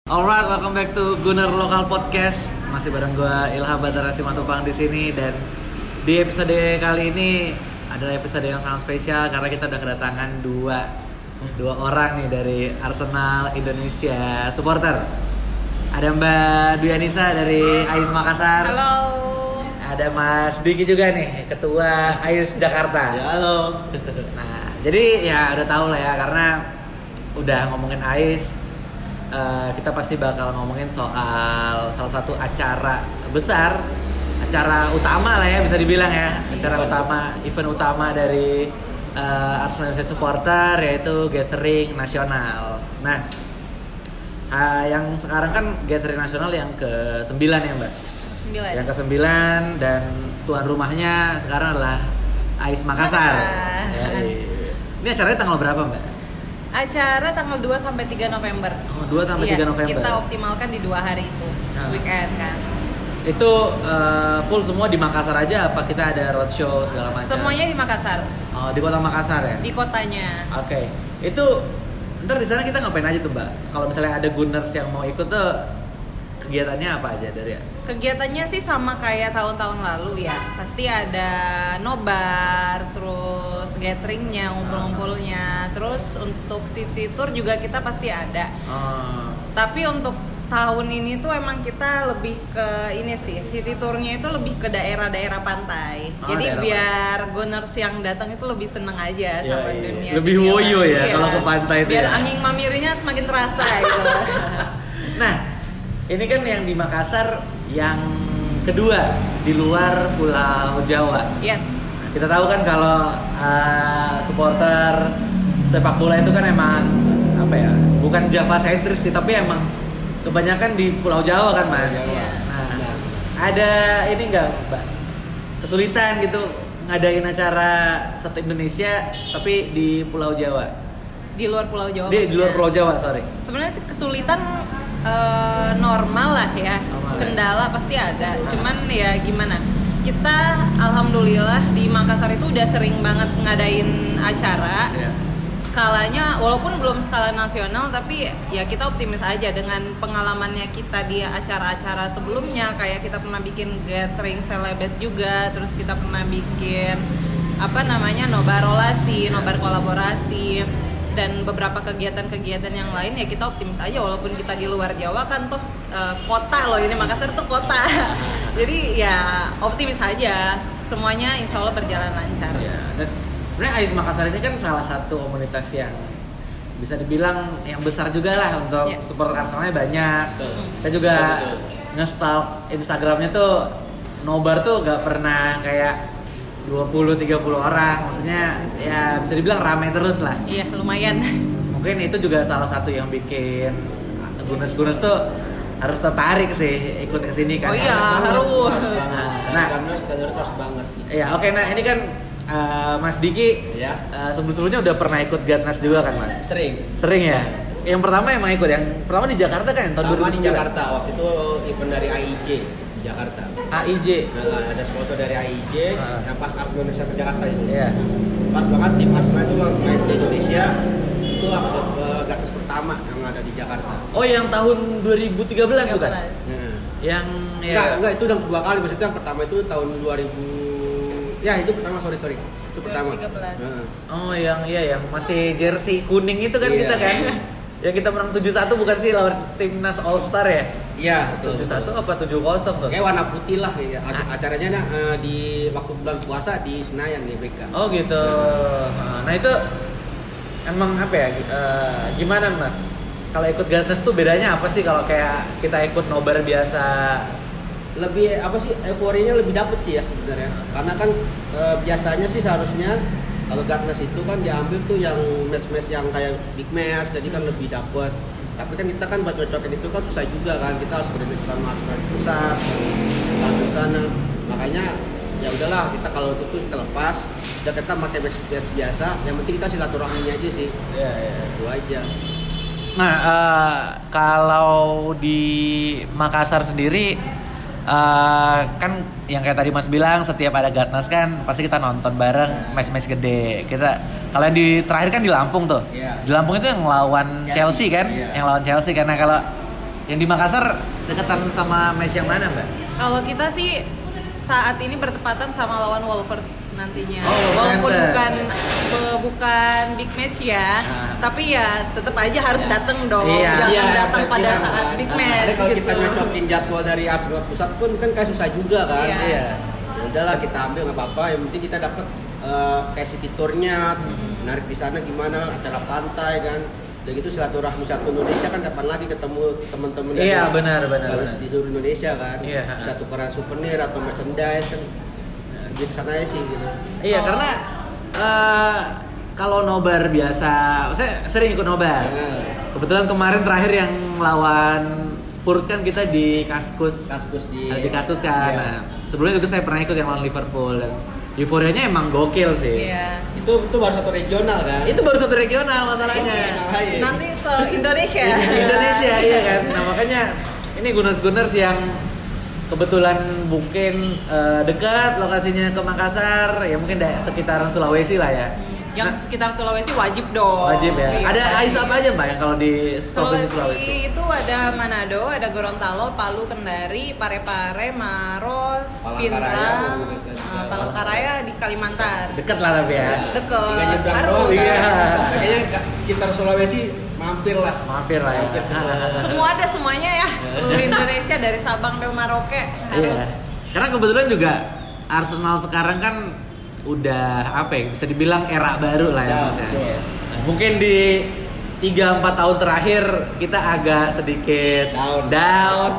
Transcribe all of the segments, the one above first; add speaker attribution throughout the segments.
Speaker 1: Alright, welcome back to Gunner Local Podcast. Masih bareng gue Ilham Batara Simatupang di sini, dan di episode kali ini adalah episode yang sangat spesial karena kita udah kedatangan dua orang nih dari Arsenal Indonesia supporter. Ada Mbak Dwi Anissa dari AIS Makassar.
Speaker 2: Halo.
Speaker 1: Ada Mas Diki juga nih, Ketua AIS Jakarta.
Speaker 3: Ya, halo.
Speaker 1: Nah, jadi ya udah tahu lah ya, karena udah ngomongin AIS. Kita pasti bakal ngomongin soal salah satu acara besar, acara utama lah ya bisa dibilang ya, acara utama, event utama dari Arsenal Indonesia Supporter, yaitu Gathering Nasional. Nah, yang sekarang kan Gathering Nasional yang ke-9 ya Mbak?
Speaker 2: 9.
Speaker 1: Yang ke-9, dan tuan rumahnya sekarang adalah AIS Makassar. Ya, ini acaranya tanggal berapa Mbak?
Speaker 2: Acara tanggal 2 sampai 3 November.
Speaker 1: Oh, 2 sampai 3 November.
Speaker 2: Kita optimalkan di 2 hari itu. Weekend kan.
Speaker 1: Itu full semua di Makassar aja apa kita ada roadshow segala macam?
Speaker 2: Semuanya di Makassar.
Speaker 1: Oh, di kota Makassar ya?
Speaker 2: Di kotanya.
Speaker 1: Oke. Itu ntar di sana kita ngapain aja tuh, Mbak? Kalau misalnya ada Gunners yang mau ikut tuh kegiatannya apa aja dari ya?
Speaker 2: Kegiatannya sih sama kayak tahun-tahun lalu ya. Pasti ada nobar, terus gatheringnya, ngumpul-ngumpulnya. Terus untuk city tour juga kita pasti ada. Tapi untuk tahun ini tuh emang kita lebih ke ini sih, city tournya itu lebih ke daerah-daerah pantai. Jadi biar Gunners yang datang itu lebih seneng aja sama dunia.
Speaker 1: Lebih woyo ya kalau ke pantai itu.
Speaker 2: Biar
Speaker 1: ya?
Speaker 2: angin mamirinya semakin terasa gitu.
Speaker 1: Nah, ini kan yang di Makassar yang kedua di luar Pulau Jawa.
Speaker 2: Yes.
Speaker 1: Kita tahu kan kalau supporter sepak bola itu kan emang apa ya? Bukan Java sentris, tapi emang kebanyakan di Pulau Jawa kan Mas.
Speaker 2: Iya.
Speaker 1: Nah, ada ini nggak Mbak? Kesulitan gitu ngadain acara satu Indonesia tapi di Pulau Jawa?
Speaker 2: Di luar Pulau Jawa.
Speaker 1: Di luar Pulau Jawa, sorry.
Speaker 2: Sebenarnya sih kesulitan normal lah ya. Kendala pasti ada. Cuman ya gimana? Kita alhamdulillah di Makassar itu udah sering banget ngadain acara. Skalanya walaupun belum skala nasional, tapi ya kita optimis aja dengan pengalamannya kita di acara-acara sebelumnya. Kayak kita pernah bikin gathering celebes juga, terus kita pernah bikin nobar rolasi, nobar kolaborasi, dan beberapa kegiatan-kegiatan yang lain. Ya kita optimis aja walaupun kita di luar Jawa kan tuh kota loh, ini Makassar tuh kota. Jadi ya optimis aja, semuanya insya Allah berjalan lancar.
Speaker 1: Dan sebenarnya AIS Makassar ini kan salah satu komunitas yang bisa dibilang yang besar juga lah untuk supporter Arsenalnya banyak. Saya juga nge-stalk Instagramnya tuh nobar tuh gak pernah kayak 20-30 orang, maksudnya ya bisa dibilang ramai terus lah.
Speaker 2: Iya, lumayan.
Speaker 1: Mungkin itu juga salah satu yang bikin Gunners tuh harus tertarik sih ikut ke sini kan.
Speaker 2: Oh iya, harus.
Speaker 3: Nah, Gunners harus banget.
Speaker 1: Iya, oke. Nah, ini kan Mas Diki sebelum-sebelumnya udah pernah ikut Gunners juga kan Mas? Sering ya? Yang pertama emang ikut, yang pertama di Jakarta kan tahun 2009?
Speaker 3: Di Jakarta, waktu itu event dari AIJ di Jakarta.
Speaker 1: AIJ?
Speaker 3: Nah, ada sponsor dari AIJ yang pas Arsenal Indonesia ke Jakarta itu.
Speaker 1: Iya.
Speaker 3: Pas banget tim Arsenal itu main ke Indonesia, itu Gunners pertama yang ada di Jakarta.
Speaker 1: Oh, yang tahun 2013 bukan? Yang
Speaker 3: Enggak, itu udah 2 kali. Maksudnya yang pertama itu tahun 2000. Ya, itu pertama, sorry. Itu pertama.
Speaker 2: 2013.
Speaker 1: Oh, yang masih jersey kuning itu kan kita kan. Yang kita menang 7-1 bukan sih lawan timnas All Star ya?
Speaker 3: Iya,
Speaker 1: 7-1 apa 7-0 tuh?
Speaker 3: Kayak warna putih lah ya. Acaranya di waktu bulan puasa di Senayan di BK.
Speaker 1: Oh gitu. Nah itu emang apa ya? Gimana Mas? Kalau ikut Gunners tuh bedanya apa sih kalau kayak kita ikut nobar biasa?
Speaker 3: Lebih euforianya lebih dapet sih ya sebenarnya. Karena kan biasanya sih seharusnya kalau Gunners itu kan diambil tuh yang match-match yang kayak big match, jadi kan lebih dapet. Tapi kan kita kan buat cocokin itu kan susah juga kan, kita harus koordinasi sama pusat, langsung sana. Makanya ya udahlah, kita kalau untuk itu kita lepas, udah kita pakai match biasa. Yang penting kita silaturahminya aja sih.
Speaker 1: Iya.
Speaker 3: Itu aja.
Speaker 1: Nah, kalau di Makassar sendiri kan yang kayak tadi Mas bilang, setiap ada Gatnas kan pasti kita nonton bareng match-match gede. Kalau yang di terakhir kan di Lampung tuh.
Speaker 3: Yeah.
Speaker 1: Di Lampung itu yang lawan Chelsea kan?
Speaker 3: Yeah.
Speaker 1: Yang lawan Chelsea, karena kalau Yang di Makassar dekatan sama match yang mana, Mbak?
Speaker 2: Kalau kita sih saat ini bertepatan sama lawan Wolvers nantinya.
Speaker 1: Oh,
Speaker 2: walaupun
Speaker 1: Wolverhampton.
Speaker 2: bukan big match ya, tapi ya tetap aja harus datang dong.
Speaker 1: Iya.
Speaker 2: Jangan
Speaker 3: Iya,
Speaker 2: datang
Speaker 3: saya
Speaker 2: pada
Speaker 3: kira,
Speaker 2: saat
Speaker 3: kan.
Speaker 2: big
Speaker 3: Nah,
Speaker 2: match
Speaker 3: kalau
Speaker 2: gitu.
Speaker 3: kita nyocokin jadwal dari Arsenal pusat pun kan kayak susah juga kan.
Speaker 2: Iya.
Speaker 1: Iya.
Speaker 3: Ya udahlah kita ambil nggak apa-apa, yang penting kita dapat kayak city tournya, narik di sana gimana, acara pantai kan. Dan gitu silaturahmi satu Indonesia kan kapan lagi ketemu teman-teman
Speaker 1: Iya, benar.
Speaker 3: harus di seluruh Indonesia kan.
Speaker 1: Iya.
Speaker 3: Bisa tukeran souvenir atau merchandise kan. Di sana aja sih gitu.
Speaker 1: Iya, karena kalau nobar biasa, saya sering ikut nobar. Kebetulan kemarin terakhir yang lawan Spurs kan kita di Kaskus. Ada di Kaskus kan.
Speaker 3: Iya.
Speaker 1: Nah, sebelumnya juga saya pernah ikut yang lawan Liverpool dan euforianya emang gokil sih.
Speaker 2: Iya.
Speaker 3: Itu baru satu regional kan.
Speaker 1: Itu baru satu regional masalahnya.
Speaker 2: Nanti se-Indonesia.
Speaker 1: Indonesia iya kan. Nah, makanya ini Gunners yang kebetulan mungkin dekat lokasinya ke Makassar, ya mungkin sekitaran Sulawesi lah ya.
Speaker 2: Yang sekitar Sulawesi wajib dong.
Speaker 1: Wajib ya.
Speaker 2: Iya,
Speaker 1: Ada
Speaker 2: wajib.
Speaker 1: AIS apa aja Mbak yang kalau di provinsi Sulawesi?
Speaker 2: Sulawesi itu ada Manado, ada Gorontalo, Palu, Kendari, Parepare, Maros,
Speaker 3: Palangkaraya,
Speaker 2: Pindrang, Palangkaraya di Kalimantan.
Speaker 1: Dekat lah tapi ya.
Speaker 3: Tinggal
Speaker 2: Deket.
Speaker 3: nyebrang
Speaker 2: Harus.
Speaker 3: doang kan.
Speaker 1: Iya.
Speaker 3: Kayaknya sekitar Sulawesi mampir lah.
Speaker 1: Mampir lah ya.
Speaker 3: Mampir ke Sulawesi.
Speaker 2: Semua ada semuanya ya. Seluruh Indonesia dari Sabang sampai Merauke
Speaker 1: Iya.
Speaker 2: harus.
Speaker 1: Karena kebetulan juga Arsenal sekarang kan udah apa ya, bisa dibilang era baru lah ya
Speaker 3: Ya,
Speaker 1: Mas ya.
Speaker 3: betul.
Speaker 1: Nah, mungkin di 3-4 tahun terakhir kita agak sedikit down.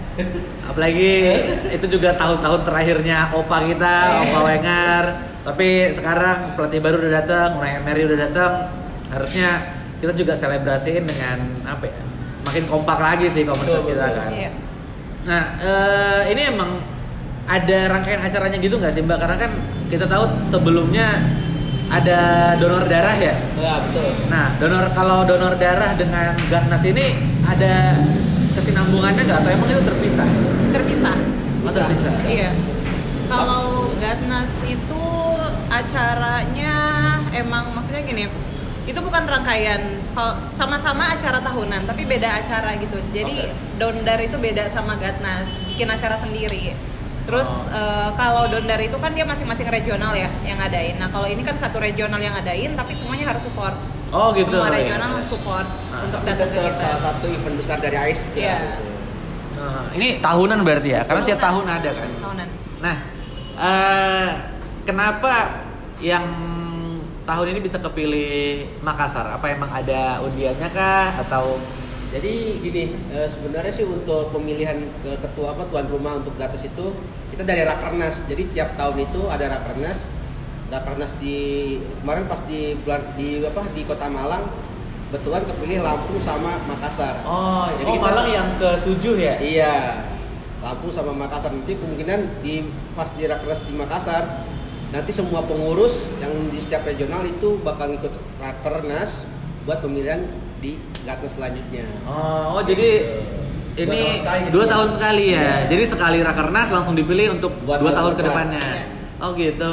Speaker 1: Apalagi itu juga tahun-tahun terakhirnya Opa kita, Opa Wenger. Tapi sekarang pelatih baru udah datang, Unai Emery udah datang. Harusnya kita juga selebrasiin dengan apa ya? Makin kompak lagi sih komunitas
Speaker 3: Betul,
Speaker 1: kita
Speaker 3: betul.
Speaker 1: kan.
Speaker 2: Iya.
Speaker 1: Nah, ini emang ada rangkaian acaranya gitu nggak sih Mbak? Karena kan kita tahu sebelumnya ada donor darah ya.
Speaker 3: Ya betul.
Speaker 1: Nah, kalau donor darah dengan Gatnas ini ada kesinambungannya nggak atau emang itu terpisah?
Speaker 2: Terpisah.
Speaker 1: Oh, terpisah.
Speaker 2: Iya. Kalau Gatnas itu acaranya emang maksudnya gini, itu bukan rangkaian, kalau sama-sama acara tahunan tapi beda acara gitu. Jadi Dondar itu beda sama Gatnas, bikin acara sendiri. Terus kalau Dondar itu kan dia masing-masing regional ya yang ngadain. Nah kalau ini kan satu regional yang ngadain tapi semuanya harus support.
Speaker 1: Oh gitu.
Speaker 2: Semua
Speaker 1: ya.
Speaker 2: regional harus support untuk
Speaker 3: Tapi
Speaker 2: datang ke
Speaker 3: tetap
Speaker 2: kita.
Speaker 3: salah satu event besar dari AIS juga.
Speaker 2: Iya.
Speaker 3: Gitu.
Speaker 1: Ini tahunan berarti ya? Karena tiap tahun
Speaker 2: Tahunan.
Speaker 1: ada kan.
Speaker 2: Tahunan.
Speaker 1: Nah, kenapa yang tahun ini bisa kepilih Makassar? Apa emang ada undiannya kah atau
Speaker 3: Jadi gini, sebenarnya sih untuk pemilihan ketua tuan rumah untuk Gatos itu kita dari Rakernas. Jadi tiap tahun itu ada Rakernas. Rakernas di kemarin pas di Kota Malang kebetulan kepilih Lampung sama Makassar. Jadi kita-
Speaker 1: Malang yang ke-7 ya?
Speaker 3: Iya. Lampung sama Makassar nanti kemungkinan pas di Rakernas di Makassar nanti semua pengurus yang di setiap regional itu bakal ngikut Rakernas buat pemilihan di Gatnas selanjutnya.
Speaker 1: Jadi
Speaker 3: Dua
Speaker 1: ini
Speaker 3: tahun sekali
Speaker 1: 2
Speaker 3: gitu.
Speaker 1: tahun sekali ya.
Speaker 3: Iya.
Speaker 1: Jadi sekali Rakernas langsung dipilih untuk
Speaker 3: Buat
Speaker 1: 2 tahun
Speaker 3: tahun
Speaker 1: ke
Speaker 3: depan.
Speaker 1: depannya.
Speaker 2: Iya.
Speaker 1: Oh gitu.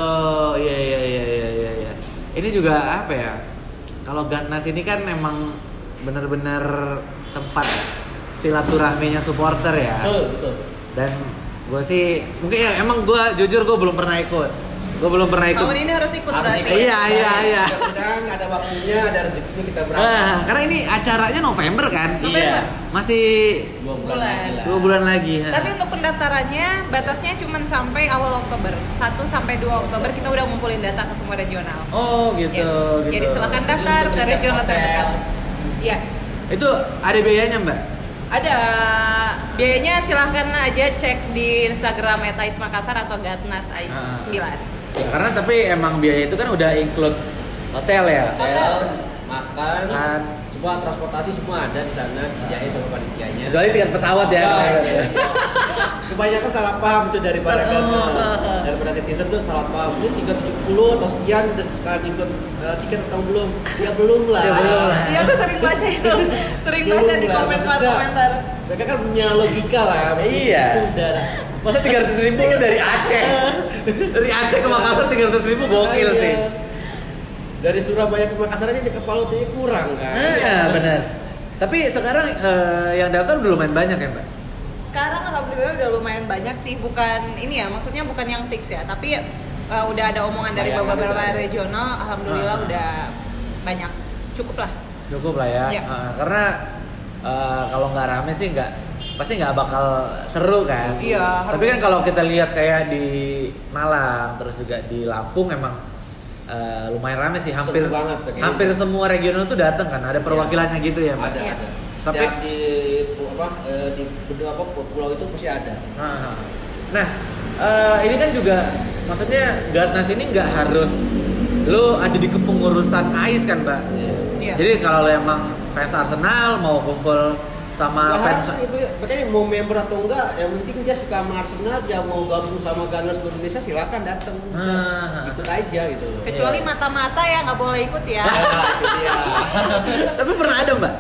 Speaker 1: Iya. Ini juga apa ya? Kalau Gatnas ini kan memang benar-benar tempat silaturahminya supporter ya.
Speaker 3: Betul.
Speaker 1: Dan gue sih mungkin ya emang gue jujur gue belum pernah ikut.
Speaker 2: Tahun ini harus ikut
Speaker 3: Harus
Speaker 2: berarti.
Speaker 3: ikut.
Speaker 1: Iya.
Speaker 3: Mudah-mudahan ada waktunya, ada rezekinya kita berangkat.
Speaker 1: Karena ini acaranya November kan?
Speaker 2: November.
Speaker 1: Masih
Speaker 3: 2 bulan
Speaker 2: Bulan.
Speaker 3: lagi lah.
Speaker 1: 2 bulan lagi.
Speaker 2: Tapi untuk pendaftarannya batasnya cuma sampai awal Oktober. 1 sampai 2 Oktober kita udah ngumpulin data ke semua regional.
Speaker 1: Oh gitu,
Speaker 2: Yes.
Speaker 1: gitu.
Speaker 2: Jadi silakan daftar
Speaker 3: Untuk
Speaker 2: ke
Speaker 3: bisa
Speaker 2: regional
Speaker 3: hotel.
Speaker 2: terdekat. Iya.
Speaker 1: Itu ada biayanya Mbak?
Speaker 2: Ada biayanya silahkan aja cek di Instagram @ais Makassar atau Gatnas Ais 9.
Speaker 1: Karena tapi emang biaya itu kan udah include hotel ya.
Speaker 3: Hotel, makan,
Speaker 1: Makan.
Speaker 3: semua transportasi semua ada di sana disediain sama panitianya.
Speaker 1: Kecuali tiket pesawat ya.
Speaker 3: Kebanyakan salah paham itu daripada netizen tuh salah paham. Ini 370 atau sekian udah sekalian ikut tiket atau belum? Ya belum lah.
Speaker 1: Ya, belum lah.
Speaker 2: Iya aku sering baca itu. Sering
Speaker 3: Belum
Speaker 2: baca di
Speaker 3: lah,
Speaker 2: komentar-komentar.
Speaker 3: Mereka kan punya logika lah.
Speaker 1: Iya.
Speaker 3: Udah.
Speaker 1: Masa 300.000 lu dari Aceh? Dari Aceh ke Makassar 300.000 gokil
Speaker 3: Iya.
Speaker 1: sih.
Speaker 3: Dari Surabaya ke Makassar aja di kepala tuh kurang kan.
Speaker 1: Iya benar. Tapi sekarang yang daftar udah lumayan banyak ya Mbak?
Speaker 2: Sekarang alhamdulillah udah lumayan banyak sih, bukan ini ya, maksudnya bukan yang fix ya, tapi udah ada omongan dari beberapa regional, alhamdulillah udah banyak, cukup lah
Speaker 1: ya. Karena kalau nggak rame sih pasti nggak bakal seru kan.
Speaker 2: Iya.
Speaker 1: Tapi kan kalau kita lihat kayak di Malang terus juga di Lampung emang lumayan rame sih, hampir semua regional tuh datang kan, ada perwakilannya gitu ya Mbak.
Speaker 3: Ada.
Speaker 1: Sampai
Speaker 3: di beberapa pulau itu pasti ada.
Speaker 1: Nah, ini kan juga maksudnya Gatnas ini nggak harus lo ada di kepengurusan AIS kan Mbak.
Speaker 2: Iya.
Speaker 1: Jadi kalau lo emang fans Arsenal mau kumpul sama fans
Speaker 3: makanya mau member atau enggak, yang penting dia suka sama Arsenal, dia mau gabung sama Gunners Indonesia silakan datang, ikut aja gitu.
Speaker 2: Kecuali mata-mata ya nggak boleh ikut ya.
Speaker 1: Tapi pernah ada Mbak?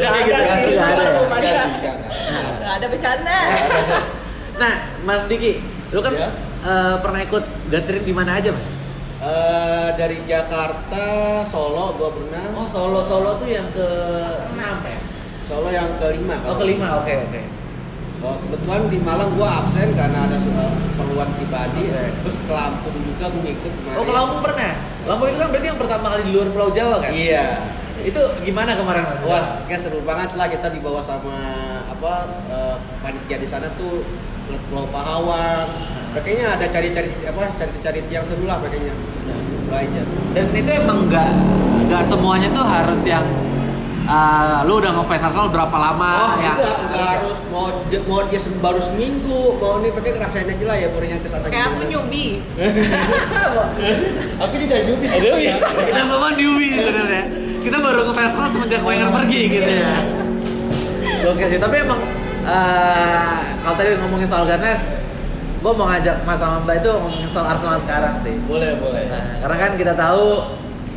Speaker 2: Nggak ada bercanda.
Speaker 1: Nah, Mas Diki, lu kan pernah ikut gathering di mana aja Mas?
Speaker 3: Dari Jakarta, Solo gua pernah.
Speaker 1: Oh Solo tuh yang ke-6 ya?
Speaker 3: Solo yang kelima.
Speaker 1: Oh kelima, oke.
Speaker 3: Kebetulan di Malang gua absen karena ada keperluan pribadi. Terus ke Lampung juga gua ngikut kemarin.
Speaker 1: Oh ke Lampung pernah? Lampung itu kan berarti yang pertama kali di luar Pulau Jawa kan?
Speaker 3: Iya.
Speaker 1: Itu gimana kemarin Mas?
Speaker 3: Wah, kayak seru banget lah, kita dibawa sama panitia di sana tuh Pulau Pahawang. Kayaknya ada cari yang seru lah kayaknya. Aja.
Speaker 1: Dan itu emang nggak semuanya tuh harus yang lu udah ngefans Arsenal berapa lama ya?
Speaker 3: Enggak harus mau dia baru seminggu, mau nih pakai ngerasain aja lah ya purinya kesana.
Speaker 2: Kayak aku newbie.
Speaker 3: Aku juga newbie sih.
Speaker 1: Kita semua newbie sebenarnya. Kita baru ngefans Arsenal semenjak Wenger pergi gitu ya. Oke sih, tapi emang kalau tadi ngomongin soal Gatnas, gue mau ngajak Mas sama Mbak itu ngomongin soal Arsenal sekarang sih.
Speaker 3: Boleh.
Speaker 1: Nah, karena kan kita tahu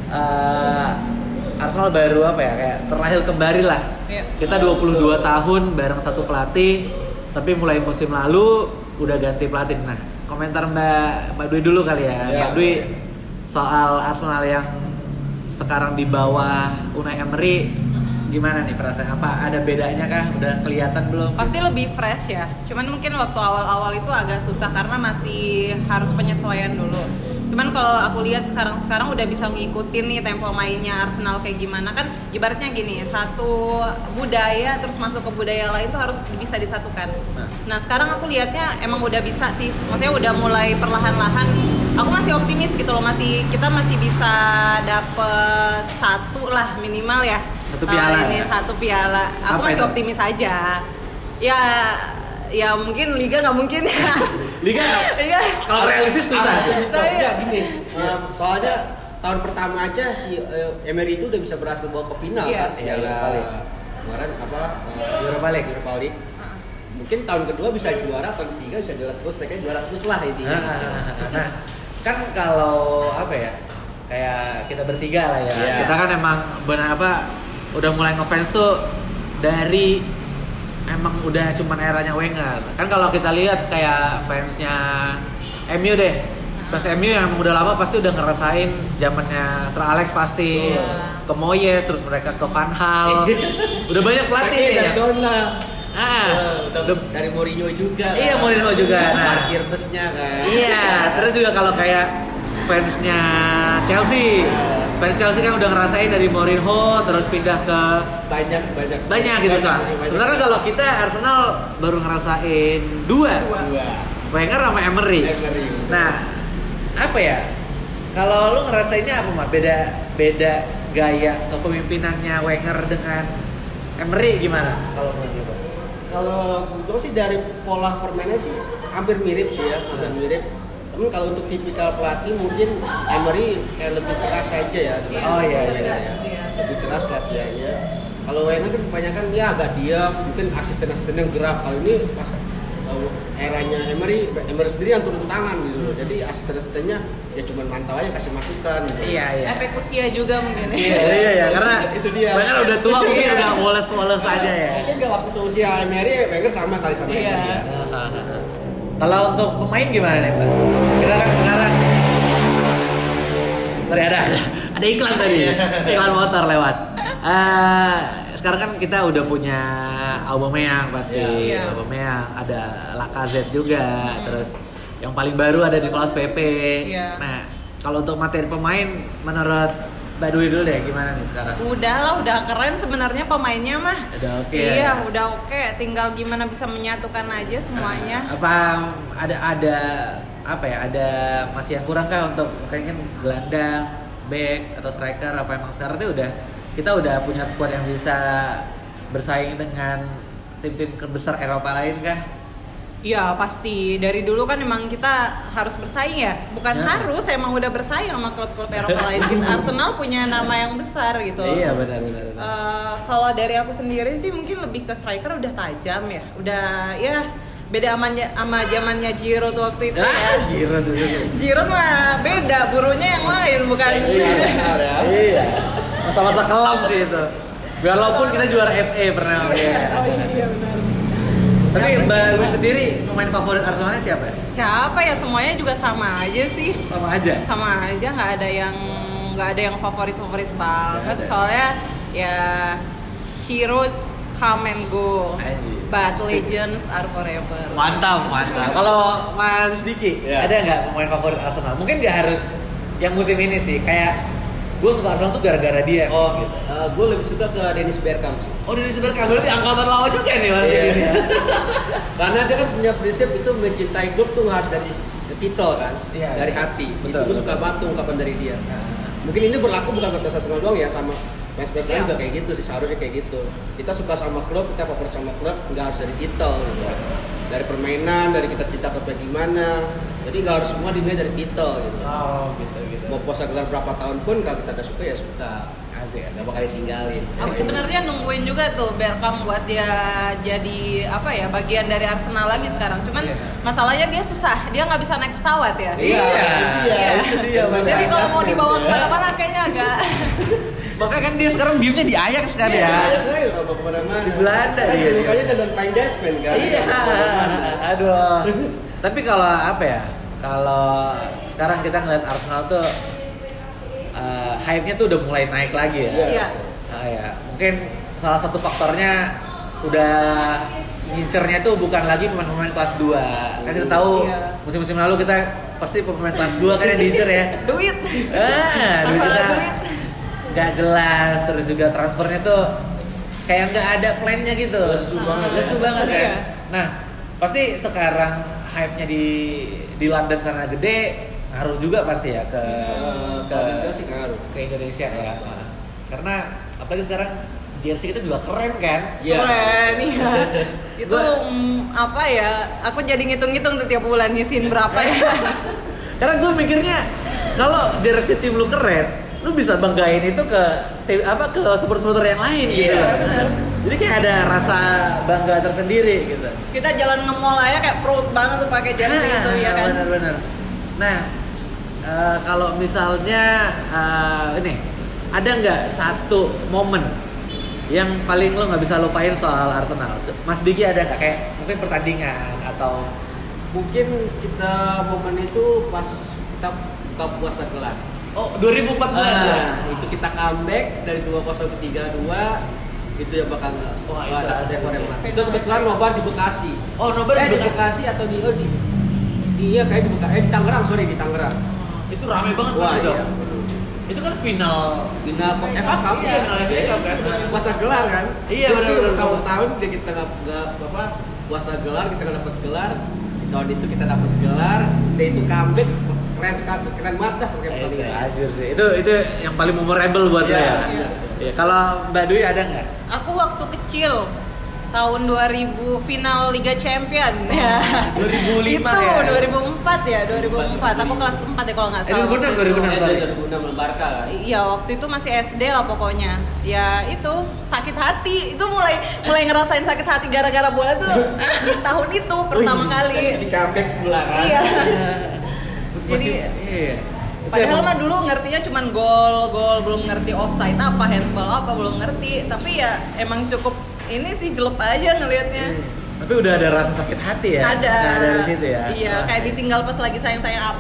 Speaker 1: Arsenal baru kayak terlahir kembali lah.
Speaker 2: Iya.
Speaker 1: Kita 22 tahun bareng satu pelatih, tapi mulai musim lalu udah ganti pelatih. Nah, komentar Mbak Dwi dulu kali ya. Mbak Dwi soal Arsenal yang sekarang di bawah Unai Emery, gimana nih perasaan? Apa ada bedanya kah? Udah kelihatan belum?
Speaker 2: Pasti lebih fresh ya. Cuman mungkin waktu awal-awal itu agak susah karena masih harus penyesuaian dulu. Cuman kalau aku lihat sekarang udah bisa ngikutin nih tempo mainnya Arsenal kayak gimana, kan ibaratnya gini, satu budaya terus masuk ke budaya lain tuh harus bisa disatukan. Nah sekarang aku lihatnya emang udah bisa sih, maksudnya udah mulai perlahan-lahan. Aku masih optimis gitu loh, kita masih bisa dapet satu lah minimal ya.
Speaker 1: Satu piala.
Speaker 2: Satu piala. Aku masih optimis aja. Ya mungkin Liga nggak mungkin ya.
Speaker 1: Liga kalau realistis susah.
Speaker 3: Ya gini, soalnya tahun pertama aja si Emery itu udah bisa berhasil bawa ke final kan. Kemarin
Speaker 1: Europa League.
Speaker 3: Mungkin tahun kedua bisa juara, tahun ketiga bisa juara terus, mereka juara terus lah intinya.
Speaker 1: Nah, kan kalau kayak kita bertiga lah ya. Kita kan emang udah mulai ngefans tuh dari emang udah cuman eranya Wenger. Kan kalau kita lihat kayak fansnya MU deh. Fans MU yang udah lama pasti udah ngerasain zamannya Sir Alex pasti. Ke Moyes, terus mereka ke Van Hal. Udah banyak pelatih ya.
Speaker 3: Udah dari Mourinho juga.
Speaker 1: Iya, Mourinho juga.
Speaker 3: Parkir busnya kan.
Speaker 1: Iya, terus juga kalau kayak fansnya Chelsea. Fans Chelsea kan udah ngerasain dari Mourinho terus pindah ke banyak gitu soal. Sebenarnya kalau kita Arsenal baru ngerasain dua. Wenger sama Emery. Nah, apa ya? Kalau lu ngerasainnya apa mah? Beda gaya kepemimpinannya Wenger dengan Emery gimana? Kalau menurut lu?
Speaker 3: Kalau gue sih dari pola permainnya sih hampir mirip sih ya, mirip. Tapi kalau untuk tipikal pelatih mungkin Emery kayak lebih keras aja ya. Lebih keras latihannya. Kalau Wenger kan kebanyakan dia agak diam, mungkin asisten-asisten yang gerak. Kalau ini pas eranya Emery sendiri yang turun tangan gitu. Jadi asisten-asistennya ya cuma mantau aja, kasih masukan gitu.
Speaker 2: Iya. Efek usia juga mungkin.
Speaker 1: Iya, karena itu dia. Wenger udah tua mungkin udah woles aja ya.
Speaker 3: Mungkin enggak waktu seusia Emery, Wenger sama kali sama Emery.
Speaker 1: Kalau untuk pemain gimana nih Mbak? Kita kan sekarang ada iklan tadi, iklan motor lewat. sekarang kan kita udah punya Aubameyang pasti,
Speaker 2: Iya.
Speaker 1: Aubameyang, ada Lacazette juga, terus yang paling baru ada Nicolas Pepe.
Speaker 2: Iya.
Speaker 1: Nah, kalau untuk materi pemain menurut Mbak Dwi dulu deh, gimana nih sekarang?
Speaker 2: Udah keren sebenarnya pemainnya mah.
Speaker 1: Udah oke.
Speaker 2: Iya, udah oke. Tinggal gimana bisa menyatukan aja semuanya.
Speaker 1: Apa ada apa ya? Ada masih yang kurang kah untuk mungkin kan gelandang, back atau striker? Apa emang sekarang tuh kita udah punya squad yang bisa bersaing dengan tim-tim besar Eropa lain kah?
Speaker 2: Iya pasti, dari dulu kan emang kita harus bersaing ya. Bukan harus, emang udah bersaing sama klub-klub Eropa lain. Kita Arsenal punya nama yang besar gitu.
Speaker 1: Iya benar.
Speaker 2: Kalau dari aku sendiri sih mungkin lebih ke striker udah tajam ya. Udah ya beda sama zamannya Giroud tuh waktu itu ya. Giroud mah beda, burunya yang lain bukan.
Speaker 1: Iya. Masa-masa kelam sih itu. Walaupun kita juara FA pernah.
Speaker 2: Oh iya benar.
Speaker 1: Tapi Mbak Dwi sendiri pemain favorit Arsenalnya siapa ya?
Speaker 2: Siapa ya, semuanya juga sama aja sih.
Speaker 1: Sama aja.
Speaker 2: Sama aja, nggak ada yang favorit banget. Soalnya ya heroes come and go, but legends are forever.
Speaker 1: Mantap. Kalau Mas Diki, ada nggak pemain favorit Arsenal? Mungkin nggak harus yang musim ini sih. Kayak gue suka Arsenal tuh gara-gara dia.
Speaker 3: Oh,
Speaker 1: gitu.
Speaker 3: Gue lebih suka ke Dennis Bergkamp sih.
Speaker 1: Oh, Dennis Bergkamp berarti angkatan lawan juga nih Mas
Speaker 3: Iya.
Speaker 1: Diki ya.
Speaker 3: Karena dia kan punya prinsip itu mencintai klub tuh harus dari titel kan,
Speaker 1: Iya,
Speaker 3: dari
Speaker 1: iya.
Speaker 3: hati.
Speaker 1: Betul,
Speaker 3: Itu gue suka banget ungkapan dari dia. Mungkin ini berlaku bukan buat Arsenal doang ya, sama fans-fans lain juga kayak gitu sih, seharusnya kayak gitu. Kita suka sama klub, kita favorit sama klub, nggak harus dari titel gitu. Dari permainan, dari kita cinta klubnya gimana. Jadi nggak harus semua dinilai dari titel gitu.
Speaker 1: Oh, gitu.
Speaker 3: Mau puasa gelar berapa tahun pun kalau kita udah suka ya suka.
Speaker 1: Asik.
Speaker 3: Nggak bakal ditinggalin.
Speaker 2: Aku sebenarnya nungguin juga tuh Bergkamp buat dia jadi apa ya, bagian dari Arsenal lagi sekarang. Cuman masalahnya dia susah, dia nggak bisa naik pesawat ya.
Speaker 1: Iya. Itu dia.
Speaker 2: Jadi kalau mau dibawa kemana-mana kayaknya agak.
Speaker 1: Makanya kan dia sekarang diemnya di Ajax kan ya.
Speaker 3: Iya, saya udah mau kemana-mana.
Speaker 1: Di Belanda
Speaker 3: kan
Speaker 1: dia.
Speaker 3: lukanya dan Fine Dutchman kan.
Speaker 1: Iya. Aduh. Tapi kalau apa ya? Kalau sekarang kita ngeliat Arsenal tuh hype-nya tuh udah mulai naik lagi ya.
Speaker 2: Iya.
Speaker 1: Ya. Mungkin salah satu faktornya udah ngincernya tuh bukan lagi pemain-pemain kelas 2. Kan kita tahu musim-musim lalu kita pasti pemain kelas 2 kan yang diincer ya.
Speaker 2: Duit.
Speaker 1: Duit kita nggak jelas, terus juga transfernya tuh kayak nggak ada plan-nya gitu. Lesu banget kan.
Speaker 2: Iya.
Speaker 1: Nah, pasti sekarang hype-nya di London sana gede, ngaruh juga pasti ya ke Indonesia ya. Nah, karena apalagi sekarang jersey kita juga keren kan?
Speaker 2: Keren iya. Itu apa ya? Aku jadi ngitung-ngitung tuh tiap bulan nyisin berapa ya.
Speaker 1: Karena gue mikirnya kalau jersey tim lu keren, lu bisa banggain itu ke tim ke supporter yang lain gitu. Jadi kayak ada rasa bangga tersendiri gitu.
Speaker 2: Kita jalan nge-mall aja kayak proud banget tuh pakai jersey itu ya kan.
Speaker 1: Benar. Nah, kalau misalnya ini ada nggak satu momen yang paling lo nggak bisa lupain soal Arsenal? Mas Diki ada nggak kayak mungkin pertandingan atau
Speaker 3: mungkin kita momen itu pas kita buka puasa gelar.
Speaker 1: Oh 2014 ya?
Speaker 3: Itu kita comeback dari 2-0 ke 3-2. Itu yang bakal itu kebetulan nobar di Bekasi.
Speaker 1: Oh nobar
Speaker 3: di Bekasi atau di iya kayak di Bekasi, di Tangerang, di Tangerang.
Speaker 1: Itu rame banget pasti dong. Itu kan final
Speaker 3: FA Cup ya. Puasa gelar kan.
Speaker 1: Iya benar.
Speaker 3: Tahun-tahun kita nggak puasa gelar, kita nggak dapat gelar. Di tahun itu kita dapat gelar. Dia itu comeback keren banget dah pakai pertandingan.
Speaker 1: Anjir sih. Itu yang paling memorable buat saya. Ya, kalau Mbak Dwi ada nggak?
Speaker 2: Aku waktu kecil tahun 2000 final Liga Champion ya.
Speaker 1: 2005
Speaker 2: itu,
Speaker 1: ya.
Speaker 2: 2004 ya, 2004. Aku kelas 4 ya kalau nggak salah.
Speaker 3: 2006 Barca kan.
Speaker 2: Iya, waktu itu masih SD lah pokoknya. Ya itu sakit hati. Itu mulai ngerasain sakit hati gara-gara bola tuh di tahun itu pertama kali.
Speaker 3: Di comeback pula kan.
Speaker 2: Iya.
Speaker 1: Jadi
Speaker 2: padahal mah dulu ngertinya cuman gol, belum ngerti offside apa, handsball apa, belum ngerti. Tapi ya emang cukup ini sih jelek aja ngelihatnya.
Speaker 1: Tapi udah ada rasa sakit hati ya?
Speaker 2: Ada.
Speaker 1: Dari situ ya?
Speaker 2: Iya, kayak ditinggal pas lagi sayang-sayang apa.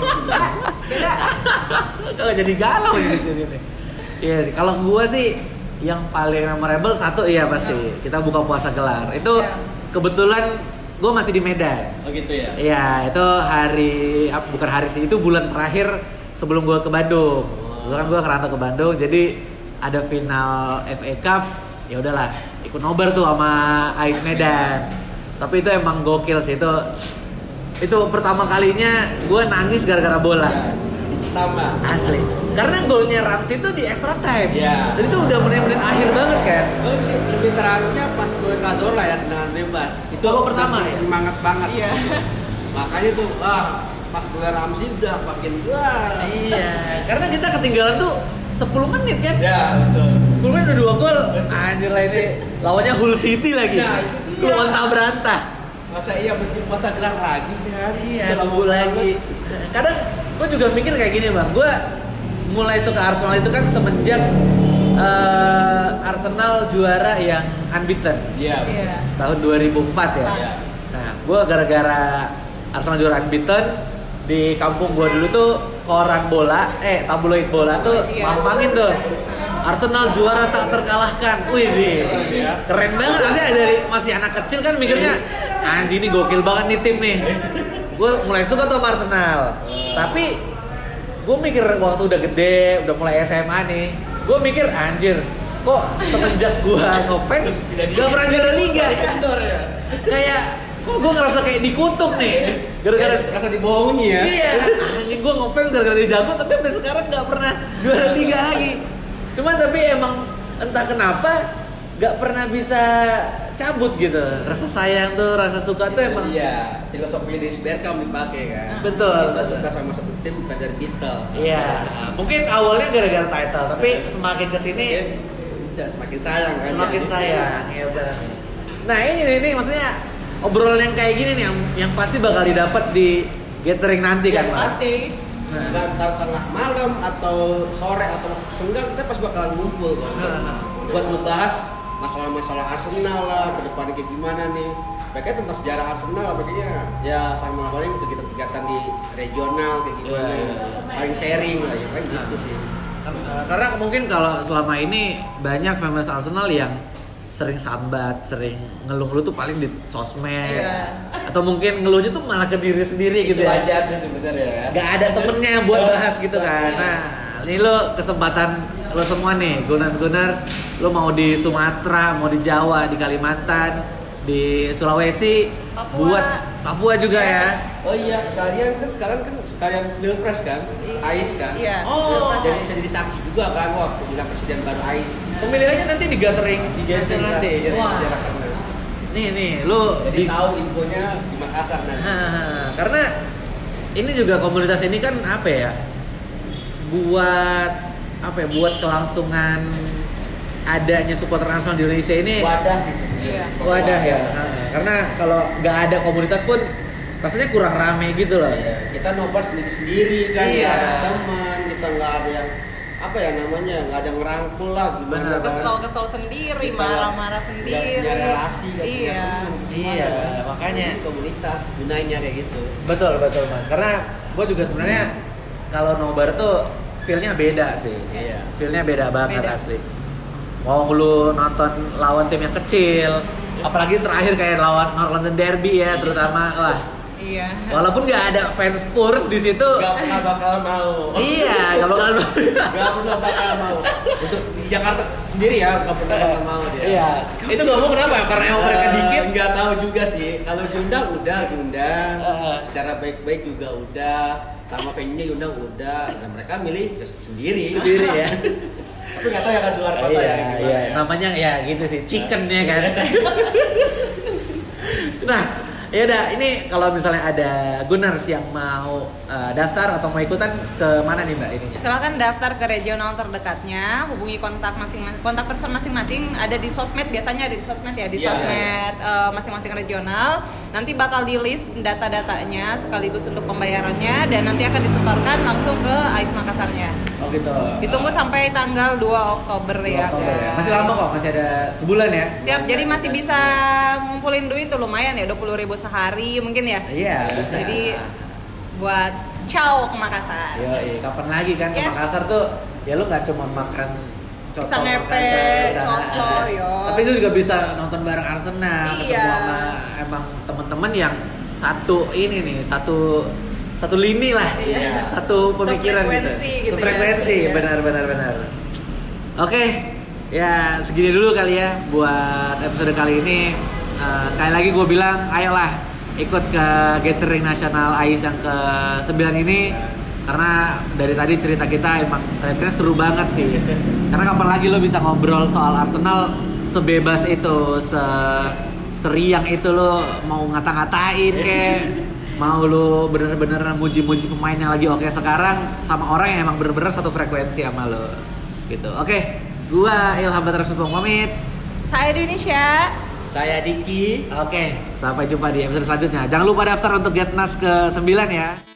Speaker 1: Kalau jadi galau di sini nih. Iya sih, kalau gua sih yang paling memorable satu iya pasti kita buka puasa gelar itu kebetulan gue masih di Medan.
Speaker 3: Oh gitu ya?
Speaker 1: Iya itu bukan hari sih, itu bulan terakhir sebelum gue ke Bandung. Dulu kan gue kerantau ke Bandung, jadi ada final FA Cup, ya udahlah ikut nobar tuh sama AS Medan. Tapi itu emang gokil sih, itu pertama kalinya gue nangis gara-gara bola.
Speaker 3: Sama.
Speaker 1: Asli. Karena golnya Ramsey itu di extra time.
Speaker 3: Iya.
Speaker 1: Dan itu udah menit-menit akhir banget kan.
Speaker 3: Kalau sih lebih terakhirnya pas gue Cazorla ya tendangan bebas. Itu
Speaker 1: babak pertama ya?
Speaker 3: Semangat banget.
Speaker 2: Iya.
Speaker 3: Makanya tuh pas gue Ramsey udah makin
Speaker 1: Iya. Karena kita ketinggalan tuh 10 menit kan.
Speaker 3: Ya betul.
Speaker 1: 10 menit udah 2 gol. Anjir lah ini. Lawannya Hull City lagi.
Speaker 3: Nah, itu dia.
Speaker 1: Keluar berantah.
Speaker 3: Masa iya mesti puasa gelar lagi kan?
Speaker 1: Iya, nunggu lagi. Kadang gue juga mikir kayak gini bang, gue mulai suka Arsenal itu kan semenjak Arsenal juara yang unbeaten.
Speaker 3: Iya.
Speaker 1: Tahun 2004 ya.
Speaker 3: Iya.
Speaker 1: Nah, gue gara-gara Arsenal juara unbeaten di kampung gue dulu tuh koran bola, tabloid bola tuh ngomongin tuh Arsenal juara tak terkalahkan. Wih, keren banget. Maksudnya dari masih anak kecil kan mikirnya anjing ini gokil banget nih tim nih. Gue mulai suka tuh sama Arsenal. Tapi gue mikir waktu udah gede, udah mulai SMA nih, gue mikir anjir, kok semenjak gue ngefans gak pernah juara liga. Kayak kok gue ngerasa kayak dikutuk nih, gara-gara
Speaker 3: rasa dibohongi ya.
Speaker 1: Iya, anjing gue ngefans gara-gara dia jago, tapi sampai sekarang gak pernah juara liga lagi. Cuma tapi emang entah kenapa gak pernah bisa cabut gitu. Rasa sayang tuh, rasa suka tuh emang.
Speaker 3: Iya, filosofi dari Bergkamp dipakai kan.
Speaker 1: Betul.
Speaker 3: Kita suka sama satu tim bukan dari titel.
Speaker 1: Iya, mungkin awalnya gara-gara title, tapi semakin kesini
Speaker 3: udah semakin sayang kan.
Speaker 1: semakin sayang, ya benar. Nah ini maksudnya obrolan yang kayak gini nih yang pasti bakal didapat di gathering nanti kan, Mas?
Speaker 3: Pasti. Nggak tengah malam atau sore atau senggang kita pas bakal ngumpul kan. Buat ngebahas masalah-masalah Arsenal lah, ke depannya kayak gimana nih. Pakainya tentang sejarah Arsenal, pakainya ya sama paling kegiatan-kegiatan di regional kayak gimana. Saling sharing lah ya kan gitu sih.
Speaker 1: Karena mungkin kalau selama ini banyak fans Arsenal yang sering sambat, sering ngeluh-ngeluh tuh paling di sosmed. Atau mungkin ngeluhnya tuh malah ke diri sendiri gitu ya.
Speaker 3: Wajar sih sebenarnya.
Speaker 1: Gak ada temennya buat bahas gitu kan. Nah, ini lo kesempatan lo semua nih, Gunners, lo mau di Sumatera, mau di Jawa, di Kalimantan, di Sulawesi, buat Papua juga ya.
Speaker 3: Oh iya, sekarang kan Pilpres kan, AIS kan.
Speaker 2: Iya.
Speaker 1: Oh,
Speaker 3: Jadi bisa jadi saksi juga kan, wah pemilihan presiden baru AIS.
Speaker 1: pemilihannya nanti di gathering nanti. Wah. Nih, lo
Speaker 3: jadi tahu infonya di Makassar nanti.
Speaker 1: Karena ini juga komunitas ini kan apa ya? Buat kelangsungan adanya supporter Arsenal di Indonesia ini
Speaker 3: Wadah sih sebenarnya.
Speaker 1: wadah ya. Karena kalau nggak ada komunitas pun rasanya kurang rame gitu loh.
Speaker 3: Kita nobar sendiri kan,
Speaker 1: Iya.
Speaker 3: nggak ada teman, kita nggak ada yang apa ya namanya, nggak ada ngerangkul lah gimana.
Speaker 2: Kesel sendiri,
Speaker 3: Kita
Speaker 2: marah-marah sendiri.
Speaker 3: punya relasi kan.
Speaker 2: Iya.
Speaker 1: Iya, makanya
Speaker 3: Ini komunitas gunanya kayak gitu.
Speaker 1: betul Mas. Karena gue juga sebenarnya kalau nobar tuh feel-nya beda sih.
Speaker 3: Iya.
Speaker 1: Feel-nya beda banget
Speaker 2: Beda.
Speaker 1: asli. Mau lu nonton lawan tim yang kecil, apalagi terakhir kayak lawan North London Derby ya terutama, wah.
Speaker 2: Iya.
Speaker 1: Walaupun nggak ada fans Spurs di situ.
Speaker 3: Gak pernah bakal mau.
Speaker 1: Iya, nggak bakal.
Speaker 3: Gak pernah bakal mau. Untuk di Jakarta sendiri ya, gak pernah bakal mau dia.
Speaker 1: Iya. Itu nggak mau kenapa? Karena emang mereka dikit.
Speaker 3: Nggak tahu juga sih. Kalau diundang udah diundang. Secara baik-baik juga udah. Sama venue-nya diundang udah. Dan mereka milih sendiri
Speaker 1: ya.
Speaker 3: Tapi nggak tahu ya kan di luar kota ya. Gimana
Speaker 1: Iya.
Speaker 3: ya.
Speaker 1: Namanya ya gitu sih, chickennya kan. Nah, ya udah. Ini kalau misalnya ada Gunners yang mau daftar atau mau ikutan ke mana nih Mbak ininya?
Speaker 2: Silakan daftar ke regional terdekatnya, hubungi kontak person masing-masing, ada di sosmed, biasanya ada di sosmed ya, di sosmed masing-masing regional. Nanti bakal di list data-datanya sekaligus untuk pembayarannya dan nanti akan disetorkan langsung ke AIS Makassarnya.
Speaker 1: Oh gitu.
Speaker 2: Ditunggu sampai tanggal 2 Oktober ya.
Speaker 1: Oktober. Masih lama kok, masih ada sebulan ya.
Speaker 2: Siap, jadi masih bisa ngumpulin duit tuh lumayan ya, 20.000 sehari mungkin ya.
Speaker 1: Iya, bisa.
Speaker 2: Jadi buat ciao ke Makassar.
Speaker 1: Kapan lagi kan ke
Speaker 2: Yes.
Speaker 1: Makassar tuh? Ya lu nggak cuma makan
Speaker 2: Pisang ngepe, coto, yo.
Speaker 1: Tapi lu juga bisa nonton bareng Arsenal,
Speaker 2: Iya.
Speaker 1: ketemu sama emang teman-teman yang satu ini nih, satu lini lah,
Speaker 2: Iya.
Speaker 1: satu pemikiran
Speaker 2: Sefrekuensi gitu ya.
Speaker 1: Sefrekuensi,
Speaker 2: Iya.
Speaker 1: benar. Oke, ya segini dulu kali ya buat episode kali ini. Sekali lagi gue bilang, ayolah ikut ke gathering nasional AIS yang ke-9 ini. Karena dari tadi cerita kita emang ternyata seru banget sih. Karena kapan lagi lo bisa ngobrol soal Arsenal sebebas itu, seriang itu, lo mau ngata-ngatain kayak mau lo bener-bener muji-muji pemain yang lagi oke sekarang sama orang yang emang bener-bener satu frekuensi sama lo gitu. Oke, gua Ilham Batara Sutbong pamit.
Speaker 2: Saya di Indonesia.
Speaker 3: Saya Diki.
Speaker 1: Oke, sampai jumpa di episode selanjutnya. Jangan lupa daftar untuk Getnas ke-9 ya.